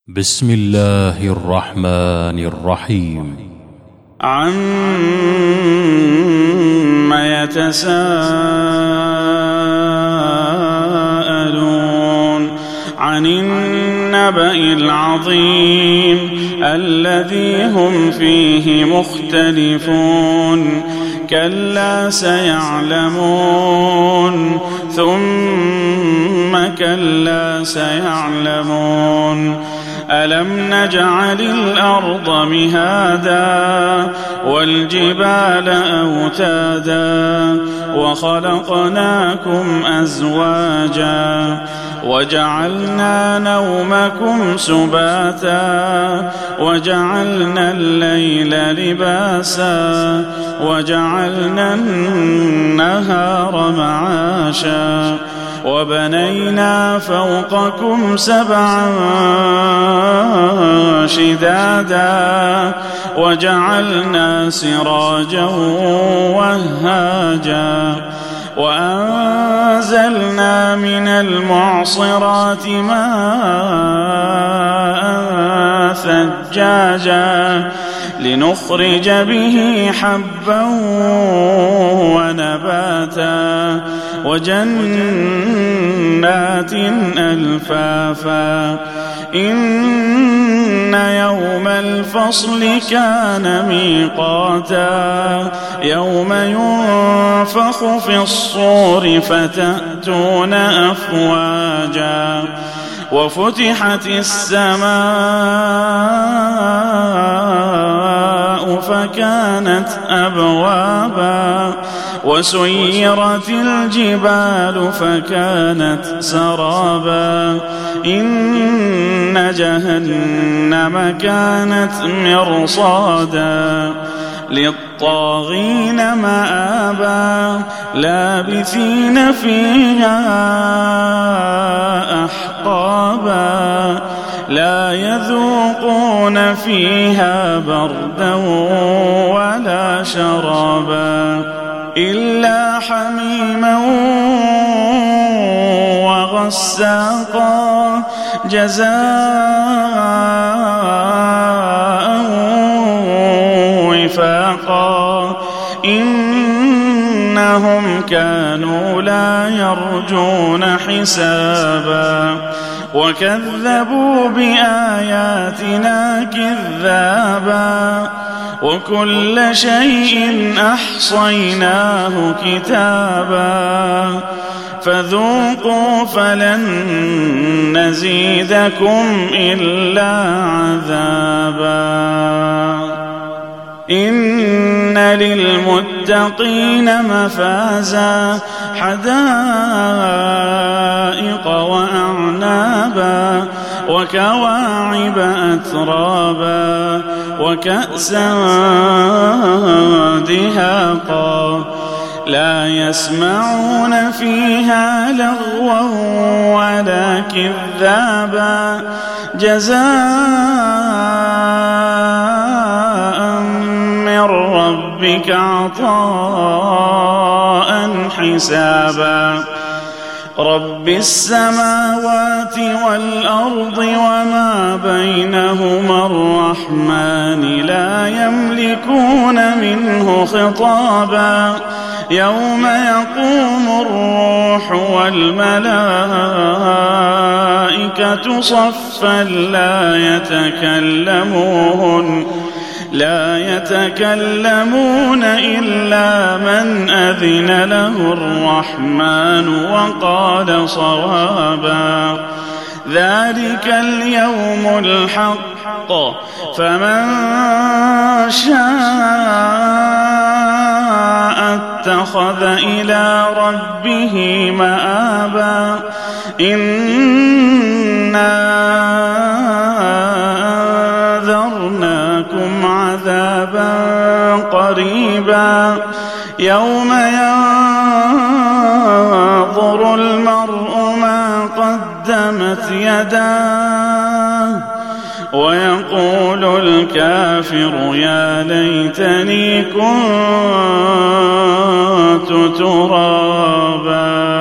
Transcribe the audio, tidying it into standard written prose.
بسم الله الرحمن الرحيم. عما يتساءلون عن النبأ العظيم الذي هم فيه مختلفون كلا سيعلمون ثم كلا سيعلمون ألم نجعل الأرض مهادا والجبال أوتادا وخلقناكم أزواجا وجعلنا نومكم سباتا وجعلنا الليل لباسا وجعلنا النهار معاشا وبنينا فوقكم سبعا شدادا وجعلنا سراجا وهاجا وأنزلنا من المعصرات ماء ثجاجا لنخرج به حبا ونباتا وجنات ألفافا إن يوم الفصل كان ميقاتا يوم ينفخ في الصور فتأتون أفواجا وفتحت السماء فكانت أبوابا وسيرت الجبال فكانت سرابا إن جهنم كانت مرصادا للطاغين مآبا لابثين فيها أحقابا لا يذوقون فيها بردا ولا شرابا إلا حميما وغساقا جزاء وفاقا إنهم كانوا لا يرجون حسابا وكذبوا بآياتنا كذابا وكل شيء أحصيناه كتابا فذوقوا فلن نزيدكم إلا عذابا إن للمتقين مفازا حدائق وأعنابا وكواعب أترابا وكأسا دهاقا لا يسمعون فيها لغوا ولا كذابا جزاء من ربك عطاء حسابا رب السماوات والأرض وما بينهما الرحمن لا يملكون منه خطابا يوم يقوم الروح والملائكة صفا لا يتكلمون إلا من أذن له الرحمن وقال صوابا ذلك اليوم الحق فمن شاء اتخذ إلى ربه مآبا إنا أنذرناكم عذابا قريبا يوم ينظر المرء ما قدمت يداه ويقول الكافر يا ليتني كنت ترابا.